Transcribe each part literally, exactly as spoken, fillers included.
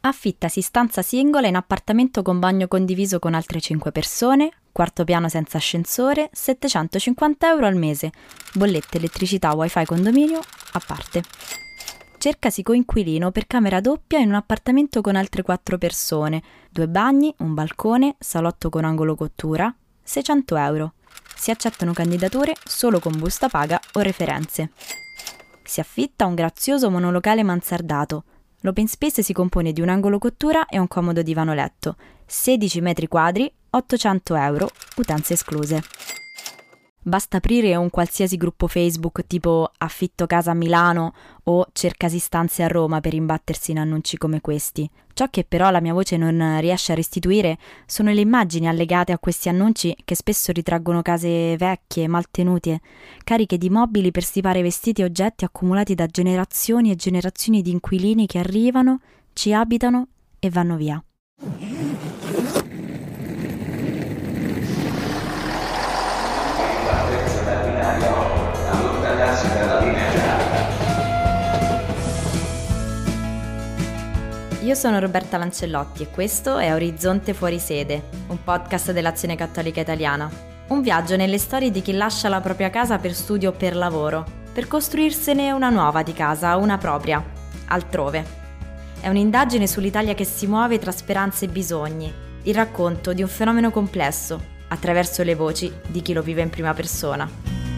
Affittasi stanza singola in appartamento con bagno condiviso con altre cinque persone, quarto piano senza ascensore, settecentocinquanta euro al mese, bollette, elettricità, wifi, condominio a parte. Cercasi coinquilino per camera doppia in un appartamento con altre quattro persone, due bagni, un balcone, salotto con angolo cottura, seicento euro. Si accettano candidature solo con busta paga o referenze. Si affitta un grazioso monolocale mansardato. L'open space si compone di un angolo cottura e un comodo divano letto, sedici metri quadri, ottocento euro, utenze escluse. Basta aprire un qualsiasi gruppo Facebook tipo Affitto casa a Milano o Cercasi stanze a Roma per imbattersi in annunci come questi. Ciò che però la mia voce non riesce a restituire sono le immagini allegate a questi annunci che spesso ritraggono case vecchie, maltenute, cariche di mobili per stipare vestiti e oggetti accumulati da generazioni e generazioni di inquilini che arrivano, ci abitano e vanno via. Io sono Roberta Lancellotti e questo è Orizzonte Fuori Sede, un podcast dell'Azione Cattolica Italiana. Un viaggio nelle storie di chi lascia la propria casa per studio o per lavoro, per costruirsene una nuova di casa, una propria, altrove. È un'indagine sull'Italia che si muove tra speranze e bisogni, il racconto di un fenomeno complesso, attraverso le voci di chi lo vive in prima persona.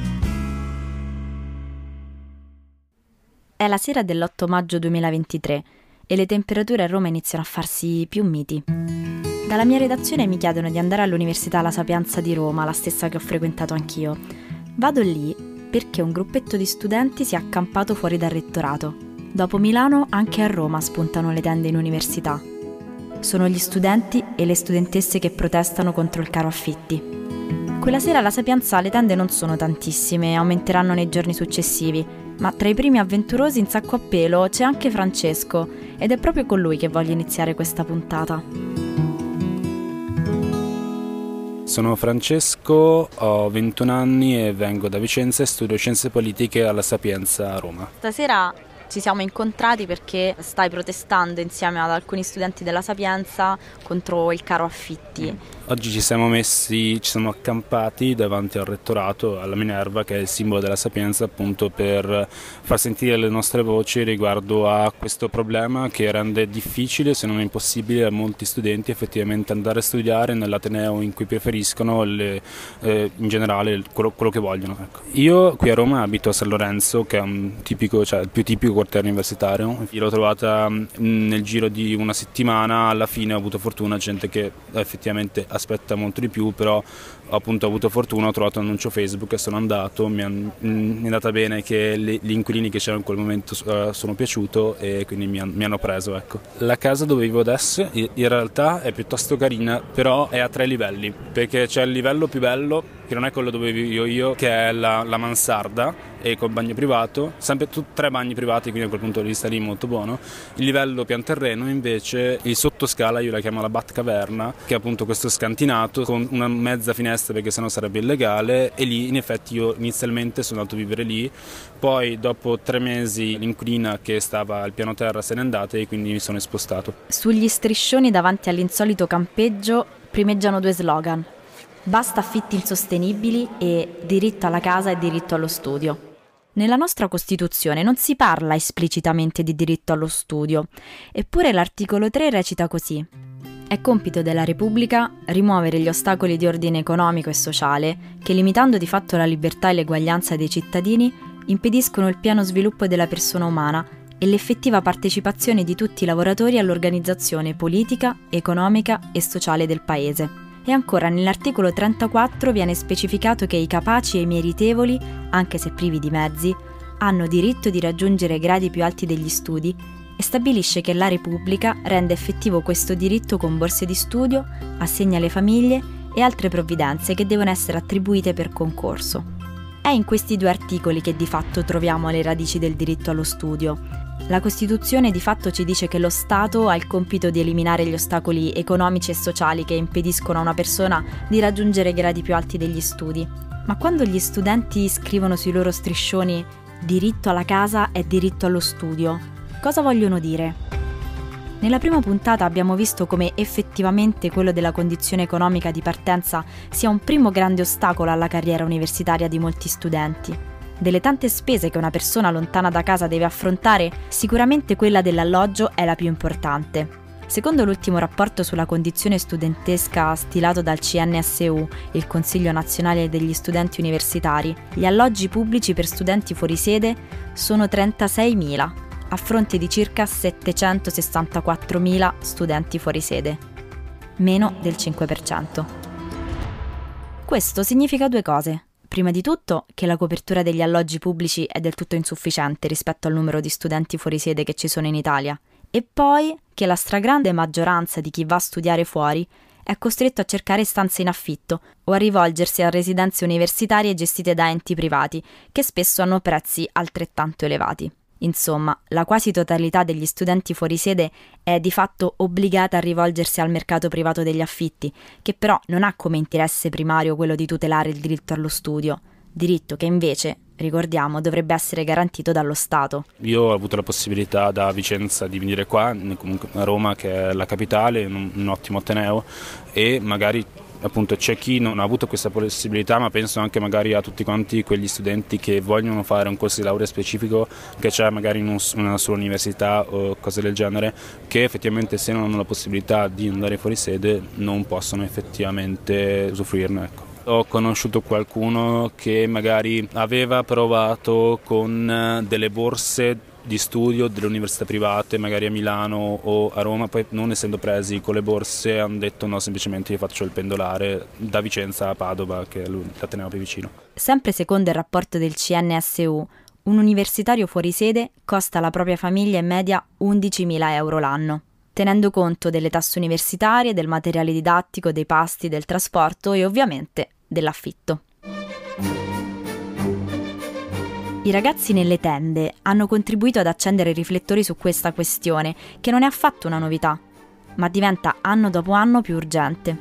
È la sera dell'otto maggio duemilaventitré e le temperature a Roma iniziano a farsi più miti. Dalla mia redazione mi chiedono di andare all'Università La Sapienza di Roma, la stessa che ho frequentato anch'io. Vado lì perché un gruppetto di studenti si è accampato fuori dal rettorato. Dopo Milano, anche a Roma spuntano le tende in università. Sono gli studenti e le studentesse che protestano contro il caro affitti. Quella sera alla Sapienza le tende non sono tantissime, aumenteranno nei giorni successivi, ma tra i primi avventurosi in sacco a pelo c'è anche Francesco, ed è proprio con lui che voglio iniziare questa puntata. Sono Francesco, ho ventuno anni e vengo da Vicenza e studio Scienze Politiche alla Sapienza a Roma. Stasera ci siamo incontrati perché stai protestando insieme ad alcuni studenti della Sapienza contro il caro affitti. Oggi ci siamo messi, ci siamo accampati davanti al rettorato, alla Minerva, che è il simbolo della Sapienza, appunto per far sentire le nostre voci riguardo a questo problema che rende difficile, se non impossibile, a molti studenti effettivamente andare a studiare nell'ateneo in cui preferiscono, le, eh, in generale quello, quello che vogliono. Ecco. Io qui a Roma abito a San Lorenzo, che è un tipico, cioè il più tipico quartiere universitario. Io l'ho trovata nel giro di una settimana, alla fine ho avuto fortuna, gente che effettivamente aspetta molto di più, però ho appunto avuto fortuna, ho trovato un annuncio Facebook e sono andato, mi, han, mi è andata bene che le, gli inquilini che c'erano in quel momento uh, sono piaciuto e quindi mi, han, mi hanno preso. Ecco. La casa dove vivo adesso in realtà è piuttosto carina, però è a tre livelli, perché c'è il livello più bello, che non è quello dove vivo io, che è la, la mansarda e col bagno privato, sempre tutti tre bagni privati, quindi da quel punto di vista lì molto buono. Il livello pianterreno invece, il sottoscala, io la chiamo la Batcaverna, che è appunto questo scantinato con una mezza finestra perché sennò sarebbe illegale, e lì in effetti io inizialmente sono andato a vivere lì, poi dopo tre mesi l'inquilina che stava al piano terra se n'è andata e quindi mi sono spostato. Sugli striscioni davanti all'insolito campeggio primeggiano due slogan: basta affitti insostenibili e diritto alla casa e diritto allo studio. Nella nostra Costituzione non si parla esplicitamente di diritto allo studio, eppure l'articolo tre recita così: è compito della Repubblica rimuovere gli ostacoli di ordine economico e sociale che, limitando di fatto la libertà e l'eguaglianza dei cittadini, impediscono il pieno sviluppo della persona umana e l'effettiva partecipazione di tutti i lavoratori all'organizzazione politica, economica e sociale del Paese. E ancora nell'articolo trentaquattro viene specificato che i capaci e i meritevoli, anche se privi di mezzi, hanno diritto di raggiungere gradi più alti degli studi e stabilisce che la Repubblica rende effettivo questo diritto con borse di studio, assegni alle famiglie e altre provvidenze che devono essere attribuite per concorso. È in questi due articoli che di fatto troviamo le radici del diritto allo studio. La Costituzione di fatto ci dice che lo Stato ha il compito di eliminare gli ostacoli economici e sociali che impediscono a una persona di raggiungere gradi più alti degli studi. Ma quando gli studenti scrivono sui loro striscioni diritto alla casa e diritto allo studio, cosa vogliono dire? Nella prima puntata abbiamo visto come effettivamente quello della condizione economica di partenza sia un primo grande ostacolo alla carriera universitaria di molti studenti. Delle tante spese che una persona lontana da casa deve affrontare, sicuramente quella dell'alloggio è la più importante. Secondo l'ultimo rapporto sulla condizione studentesca stilato dal C N S U, il Consiglio Nazionale degli Studenti Universitari, gli alloggi pubblici per studenti fuori sede sono trentaseimila, a fronte di circa settecentosessantaquattromila studenti fuori sede, meno del cinque per cento. Questo significa due cose. Prima di tutto che la copertura degli alloggi pubblici è del tutto insufficiente rispetto al numero di studenti fuori sede che ci sono in Italia, e poi che la stragrande maggioranza di chi va a studiare fuori è costretto a cercare stanze in affitto o a rivolgersi a residenze universitarie gestite da enti privati, che spesso hanno prezzi altrettanto elevati. Insomma, la quasi totalità degli studenti fuori sede è di fatto obbligata a rivolgersi al mercato privato degli affitti, che però non ha come interesse primario quello di tutelare il diritto allo studio, diritto che invece, ricordiamo, dovrebbe essere garantito dallo Stato. Io ho avuto la possibilità da Vicenza di venire qua, comunque a Roma che è la capitale, un, un ottimo ateneo, e magari appunto c'è chi non ha avuto questa possibilità, ma penso anche magari a tutti quanti quegli studenti che vogliono fare un corso di laurea specifico che c'è magari in un, una sola università o cose del genere, che effettivamente se non hanno la possibilità di andare fuori sede non possono effettivamente usufruirne, ecco. Ho conosciuto qualcuno che magari aveva provato con delle borse di studio delle università private, magari a Milano o a Roma, poi non essendo presi con le borse hanno detto no, semplicemente io faccio il pendolare da Vicenza a Padova, che è l'ateneo più vicino. Sempre secondo il rapporto del C N S U, un universitario fuori sede costa alla propria famiglia in media undicimila euro l'anno, tenendo conto delle tasse universitarie, del materiale didattico, dei pasti, del trasporto e ovviamente dell'affitto. I ragazzi nelle tende hanno contribuito ad accendere i riflettori su questa questione, che non è affatto una novità, ma diventa anno dopo anno più urgente.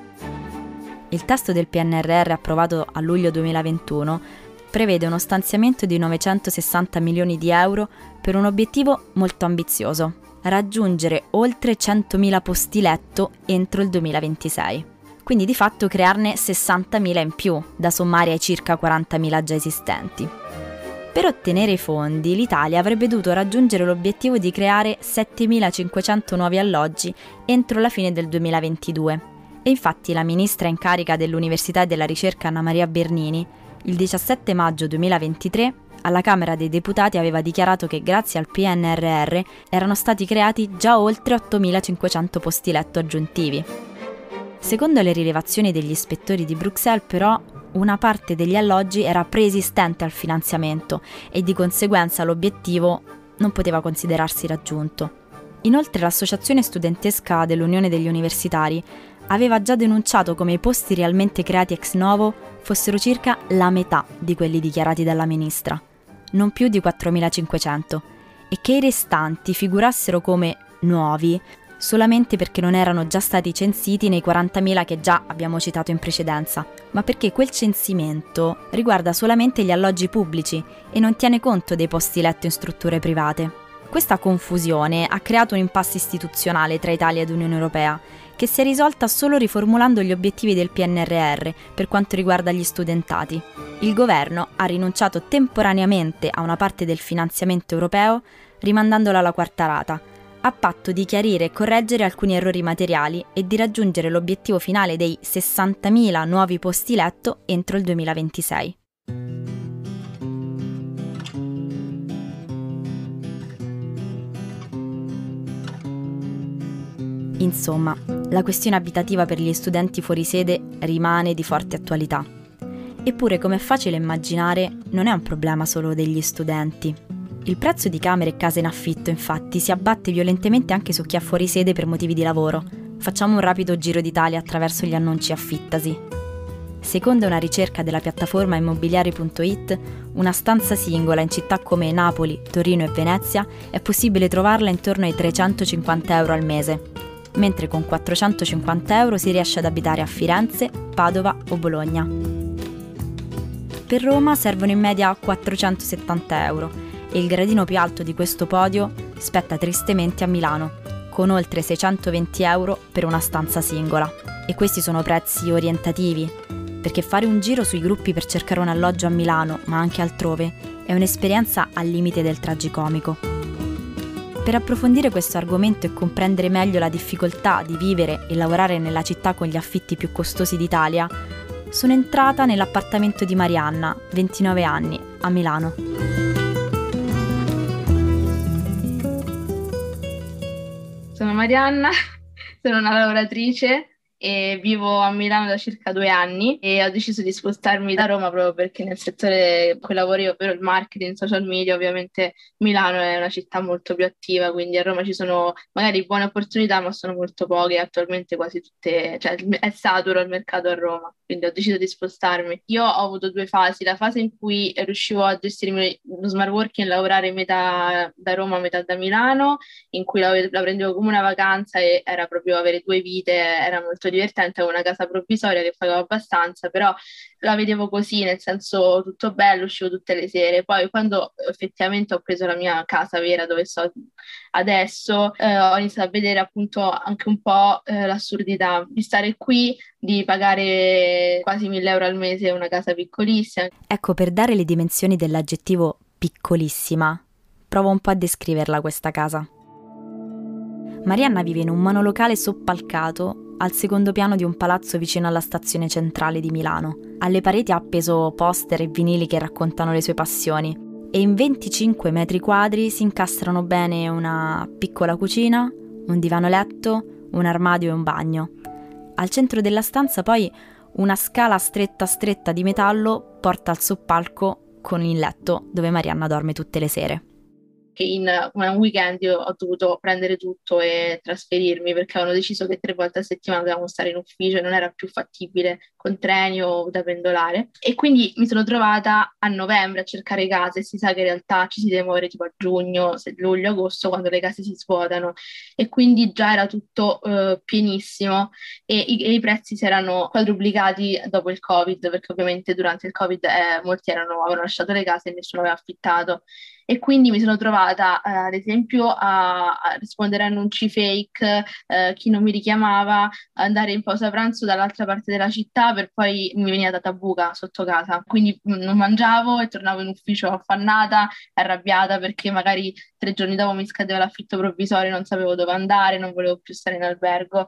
Il testo del P N R R approvato a luglio duemilaventuno prevede uno stanziamento di novecentosessanta milioni di euro per un obiettivo molto ambizioso: raggiungere oltre centomila posti letto entro il duemilaventisei. Quindi di fatto crearne sessantamila in più, da sommare ai circa quarantamila già esistenti. Per ottenere i fondi, l'Italia avrebbe dovuto raggiungere l'obiettivo di creare settemilacinquecento nuovi alloggi entro la fine del duemilaventidue. E infatti la ministra in carica dell'Università e della Ricerca Anna Maria Bernini, il diciassette maggio duemilaventitré, alla Camera dei Deputati aveva dichiarato che grazie al P N R R erano stati creati già oltre ottomilacinquecento posti letto aggiuntivi. Secondo le rilevazioni degli ispettori di Bruxelles, però, una parte degli alloggi era preesistente al finanziamento e di conseguenza l'obiettivo non poteva considerarsi raggiunto. Inoltre l'associazione studentesca dell'Unione degli Universitari aveva già denunciato come i posti realmente creati ex novo fossero circa la metà di quelli dichiarati dalla ministra, non più di quattromilacinquecento, e che i restanti figurassero come nuovi solamente perché non erano già stati censiti nei quarantamila che già abbiamo citato in precedenza, ma perché quel censimento riguarda solamente gli alloggi pubblici e non tiene conto dei posti letto in strutture private. Questa confusione ha creato un impasse istituzionale tra Italia ed Unione Europea, che si è risolta solo riformulando gli obiettivi del P N R R per quanto riguarda gli studentati. Il governo ha rinunciato temporaneamente a una parte del finanziamento europeo, rimandandola alla quarta rata, a patto di chiarire e correggere alcuni errori materiali e di raggiungere l'obiettivo finale dei sessantamila nuovi posti letto entro il duemilaventisei. Insomma, la questione abitativa per gli studenti fuori sede rimane di forte attualità. Eppure, come è facile immaginare, non è un problema solo degli studenti. Il prezzo di camere e case in affitto, infatti, si abbatte violentemente anche su chi è fuori sede per motivi di lavoro. Facciamo un rapido giro d'Italia attraverso gli annunci Affittasi. Secondo una ricerca della piattaforma immobiliari punto it, una stanza singola in città come Napoli, Torino e Venezia è possibile trovarla intorno ai trecentocinquanta euro al mese, mentre con quattrocentocinquanta euro si riesce ad abitare a Firenze, Padova o Bologna. Per Roma servono in media quattrocentosettanta euro e il gradino più alto di questo podio spetta tristemente a Milano, con oltre seicentoventi euro per una stanza singola. E questi sono prezzi orientativi, perché fare un giro sui gruppi per cercare un alloggio a Milano, ma anche altrove, è un'esperienza al limite del tragicomico. Per approfondire questo argomento e comprendere meglio la difficoltà di vivere e lavorare nella città con gli affitti più costosi d'Italia, sono entrata nell'appartamento di Marianna, ventinove anni, a Milano. Sono Marianna, sono una lavoratrice e vivo a Milano da circa due anni e ho deciso di spostarmi da Roma proprio perché nel settore in cui lavoro io, ovvero il marketing, social media, ovviamente Milano è una città molto più attiva, quindi a Roma ci sono magari buone opportunità, ma sono molto poche, attualmente quasi tutte, cioè è saturo il mercato a Roma, quindi ho deciso di spostarmi. Io ho avuto due fasi, la fase in cui riuscivo a gestirmi lo smart working, lavorare metà da Roma, metà da Milano, in cui la, la prendevo come una vacanza e era proprio avere due vite, era molto divertente, avevo una casa provvisoria che pagavo abbastanza, però la vedevo così, nel senso tutto bello, uscivo tutte le sere. Poi quando effettivamente ho preso la mia casa vera dove sto adesso, eh, ho iniziato a vedere appunto anche un po' eh, l'assurdità di stare qui, di pagare quasi mille euro al mese una casa piccolissima. Ecco, per dare le dimensioni dell'aggettivo piccolissima, provo un po' a descriverla questa casa. Marianna vive in un monolocale soppalcato al secondo piano di un palazzo vicino alla stazione centrale di Milano. Alle pareti ha appeso poster e vinili che raccontano le sue passioni e in venticinque metri quadri si incastrano bene una piccola cucina, un divano letto, un armadio e un bagno. Al centro della stanza poi una scala stretta stretta di metallo porta al soppalco con il letto dove Marianna dorme tutte le sere. Che in un weekend io ho dovuto prendere tutto e trasferirmi perché avevano deciso che tre volte a settimana dovevamo stare in ufficio e non era più fattibile con treni o da pendolare. E quindi mi sono trovata a novembre a cercare case. Si sa che in realtà ci si deve muovere tipo a giugno, luglio, agosto, quando le case si svuotano. E quindi già era tutto uh, pienissimo e i, e i prezzi si erano quadruplicati dopo il Covid, perché ovviamente durante il Covid eh, molti erano, avevano lasciato le case e nessuno aveva affittato. E quindi mi sono trovata, eh, ad esempio, a, a rispondere a annunci fake, eh, chi non mi richiamava, andare in pausa pranzo dall'altra parte della città per poi mi veniva data buca sotto casa. Quindi mh, non mangiavo e tornavo in ufficio affannata, arrabbiata perché magari tre giorni dopo mi scadeva l'affitto provvisorio, non sapevo dove andare, non volevo più stare in albergo.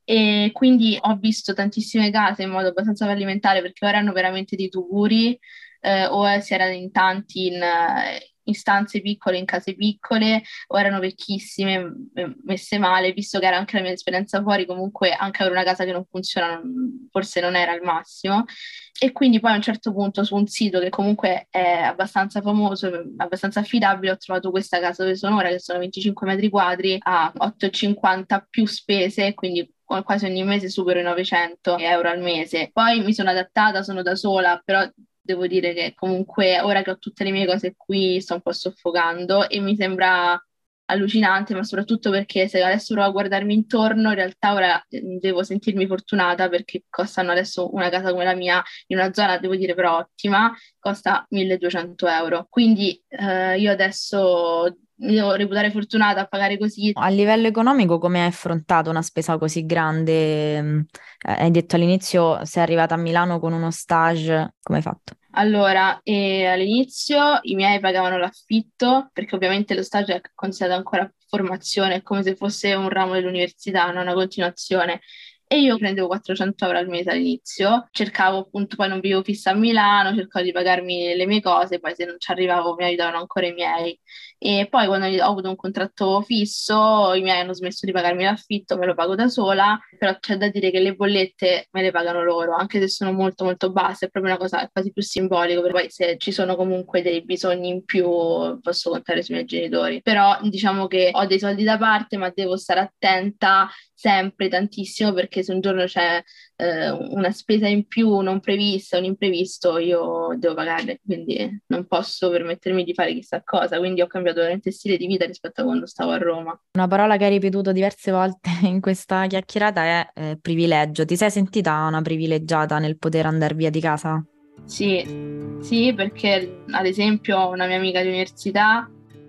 E quindi ho visto tantissime case in modo abbastanza fallimentare perché o erano veramente dei tuguri, eh, o si era in tanti in... in stanze piccole, in case piccole, o erano vecchissime, messe male, visto che era anche la mia esperienza fuori, comunque anche avere una casa che non funziona non, forse non era il massimo. E quindi poi a un certo punto su un sito che comunque è abbastanza famoso, abbastanza affidabile, ho trovato questa casa dove sono ora, che sono venticinque metri quadri a otto e cinquanta più spese, quindi quasi ogni mese supero i novecento euro al mese. Poi mi sono adattata, sono da sola, però devo dire che comunque ora che ho tutte le mie cose qui sto un po' soffocando e mi sembra allucinante, ma soprattutto perché se adesso provo a guardarmi intorno, in realtà ora devo sentirmi fortunata perché costano adesso una casa come la mia, in una zona devo dire però ottima, costa milleduecento euro. Quindi eh, io adesso mi devo reputare fortunata a pagare così. A livello economico, come hai affrontato una spesa così grande? Eh, hai detto all'inizio sei arrivata a Milano con uno stage, come hai fatto? Allora, eh, all'inizio i miei pagavano l'affitto, perché ovviamente lo stage è considerato ancora formazione, è come se fosse un ramo dell'università, non una continuazione. E io prendevo quattrocento euro al mese all'inizio, cercavo appunto, poi non vivevo fissa a Milano, cercavo di pagarmi le mie cose, poi se non ci arrivavo mi aiutavano ancora i miei. E poi quando ho avuto un contratto fisso, i miei hanno smesso di pagarmi l'affitto, me lo pago da sola, però c'è da dire che le bollette me le pagano loro, anche se sono molto molto basse, è proprio una cosa quasi più simbolica, perché poi se ci sono comunque dei bisogni in più posso contare sui miei genitori. Però diciamo che ho dei soldi da parte, ma devo stare attenta sempre tantissimo perché se un giorno c'è eh, una spesa in più non prevista, un imprevisto, io devo pagarle, quindi non posso permettermi di fare chissà cosa, quindi ho cambiato veramente stile di vita rispetto a quando stavo a Roma. Una parola che hai ripetuto diverse volte in questa chiacchierata è eh, privilegio. Ti sei sentita una privilegiata nel poter andare via di casa? Sì, sì, perché ad esempio una mia amica di università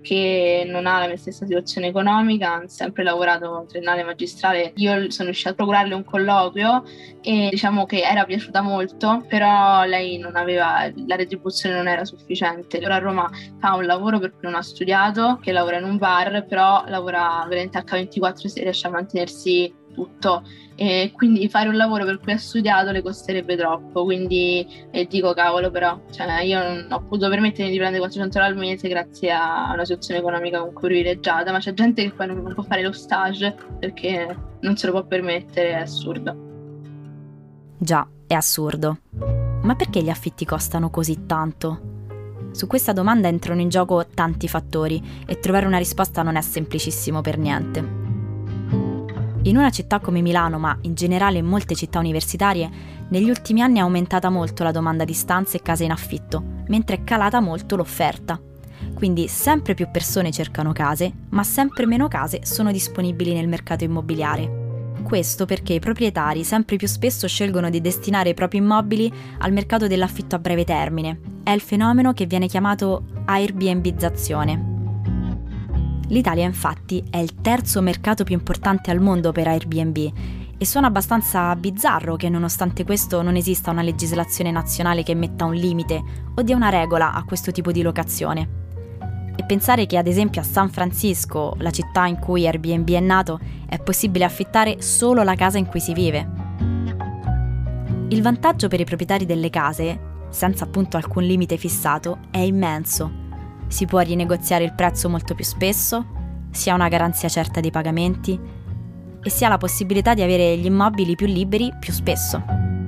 che non ha la mia stessa situazione economica, ha sempre lavorato triennale magistrale. Io sono riuscita a procurarle un colloquio e diciamo che era piaciuta molto, però lei non aveva, la retribuzione non era sufficiente. Ora a Roma fa un lavoro per cui non ha studiato, che lavora in un bar, però lavora veramente acca ventiquattro e riesce a mantenersi tutto, e quindi fare un lavoro per cui ha studiato le costerebbe troppo, quindi eh, dico cavolo, però cioè, io non ho potuto permettermi di prendere quattrocento euro al mese grazie a una situazione economica comunque privilegiata, ma c'è gente che poi non, non può fare lo stage perché non se lo può permettere, è assurdo. Già, è assurdo. Ma perché gli affitti costano così tanto? Su questa domanda entrano in gioco tanti fattori e trovare una risposta non è semplicissimo per niente. In una città come Milano, ma in generale in molte città universitarie, negli ultimi anni è aumentata molto la domanda di stanze e case in affitto, mentre è calata molto l'offerta. Quindi sempre più persone cercano case, ma sempre meno case sono disponibili nel mercato immobiliare. Questo perché i proprietari sempre più spesso scelgono di destinare i propri immobili al mercato dell'affitto a breve termine. È il fenomeno che viene chiamato Airbnbizzazione. L'Italia infatti è il terzo mercato più importante al mondo per Airbnb e suona abbastanza bizzarro che nonostante questo non esista una legislazione nazionale che metta un limite o dia una regola a questo tipo di locazione. E pensare che ad esempio a San Francisco, la città in cui Airbnb è nato, è possibile affittare solo la casa in cui si vive. Il vantaggio per i proprietari delle case, senza appunto alcun limite fissato, è immenso. Si può rinegoziare il prezzo molto più spesso, si ha una garanzia certa dei pagamenti e si ha la possibilità di avere gli immobili più liberi più spesso.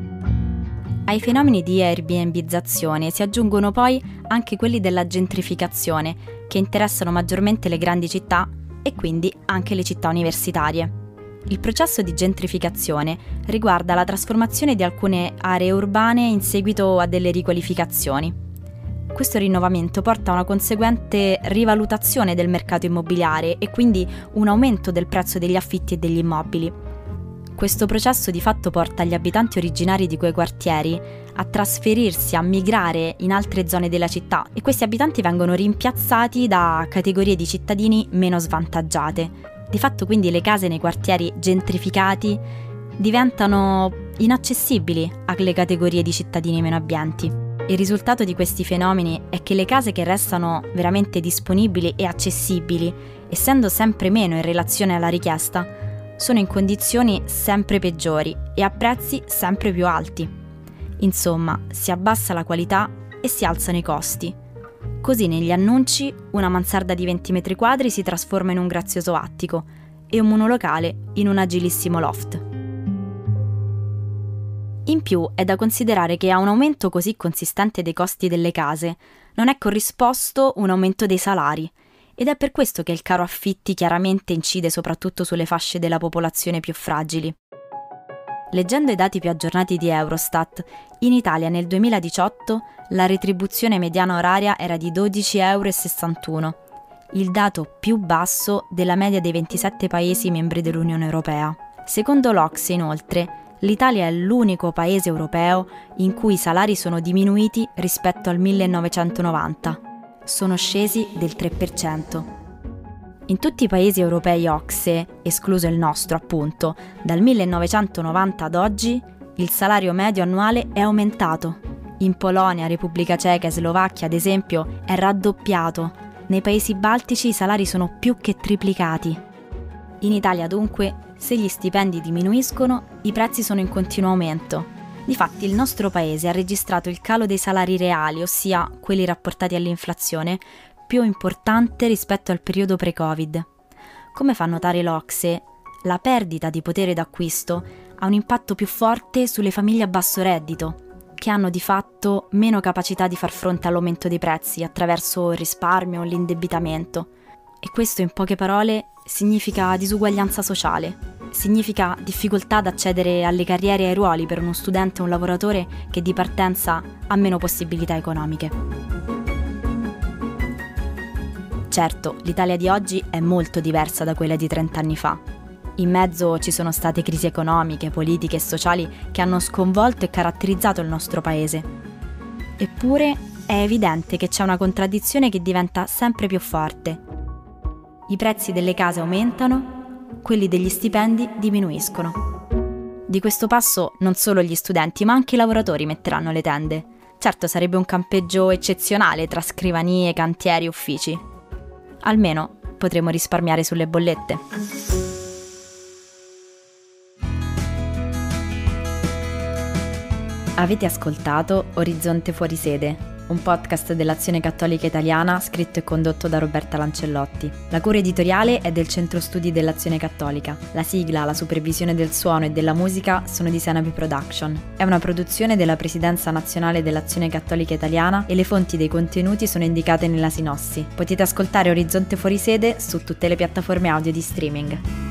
Ai fenomeni di Airbnbizzazione si aggiungono poi anche quelli della gentrificazione, che interessano maggiormente le grandi città e quindi anche le città universitarie. Il processo di gentrificazione riguarda la trasformazione di alcune aree urbane in seguito a delle riqualificazioni. Questo rinnovamento porta a una conseguente rivalutazione del mercato immobiliare e quindi un aumento del prezzo degli affitti e degli immobili. Questo processo di fatto porta gli abitanti originari di quei quartieri a trasferirsi, a migrare in altre zone della città e questi abitanti vengono rimpiazzati da categorie di cittadini meno svantaggiate. Di fatto quindi le case nei quartieri gentrificati diventano inaccessibili alle categorie di cittadini meno abbienti. Il risultato di questi fenomeni è che le case che restano veramente disponibili e accessibili, essendo sempre meno in relazione alla richiesta, sono in condizioni sempre peggiori e a prezzi sempre più alti. Insomma, si abbassa la qualità e si alzano i costi. Così negli annunci una mansarda di venti metri quadri si trasforma in un grazioso attico e un monolocale in un agilissimo loft. In più è da considerare che a un aumento così consistente dei costi delle case non è corrisposto un aumento dei salari ed è per questo che il caro affitti chiaramente incide soprattutto sulle fasce della popolazione più fragili. Leggendo i dati più aggiornati di Eurostat, in Italia nel duemiladiciotto la retribuzione mediana oraria era di dodici virgola sessantuno euro, il dato più basso della media dei ventisette paesi membri dell'Unione Europea. Secondo l'O C S E, inoltre, l'Italia è l'unico paese europeo in cui i salari sono diminuiti rispetto al millenovecentonovanta. Sono scesi del tre per cento. In tutti i paesi europei O C S E, escluso il nostro appunto, dal millenovecentonovanta ad oggi, il salario medio annuale è aumentato. In Polonia, Repubblica Ceca e Slovacchia, ad esempio, è raddoppiato. Nei paesi baltici i salari sono più che triplicati. In Italia, dunque, se gli stipendi diminuiscono, i prezzi sono in continuo aumento. Difatti il nostro paese ha registrato il calo dei salari reali, ossia quelli rapportati all'inflazione, più importante rispetto al periodo pre-Covid. Come fa notare l'O C S E, la perdita di potere d'acquisto ha un impatto più forte sulle famiglie a basso reddito, che hanno di fatto meno capacità di far fronte all'aumento dei prezzi attraverso il risparmio o l'indebitamento. E questo, in poche parole, significa disuguaglianza sociale, significa difficoltà ad accedere alle carriere e ai ruoli per uno studente o un lavoratore che di partenza ha meno possibilità economiche. Certo, l'Italia di oggi è molto diversa da quella di trent'anni fa. In mezzo ci sono state crisi economiche, politiche e sociali che hanno sconvolto e caratterizzato il nostro paese. Eppure è evidente che c'è una contraddizione che diventa sempre più forte. I prezzi delle case aumentano, quelli degli stipendi diminuiscono. Di questo passo non solo gli studenti, ma anche i lavoratori metteranno le tende. Certo, sarebbe un campeggio eccezionale tra scrivanie, cantieri e uffici. Almeno potremo risparmiare sulle bollette. Avete ascoltato Orizzonte Fuori Sede, un podcast dell'Azione Cattolica Italiana scritto e condotto da Roberta Lancellotti. La cura editoriale è del Centro Studi dell'Azione Cattolica. La sigla, la supervisione del suono e della musica sono di Senapi Production. È una produzione della Presidenza Nazionale dell'Azione Cattolica Italiana e le fonti dei contenuti sono indicate nella sinossi. Potete ascoltare Orizzonte Fuori Sede su tutte le piattaforme audio di streaming.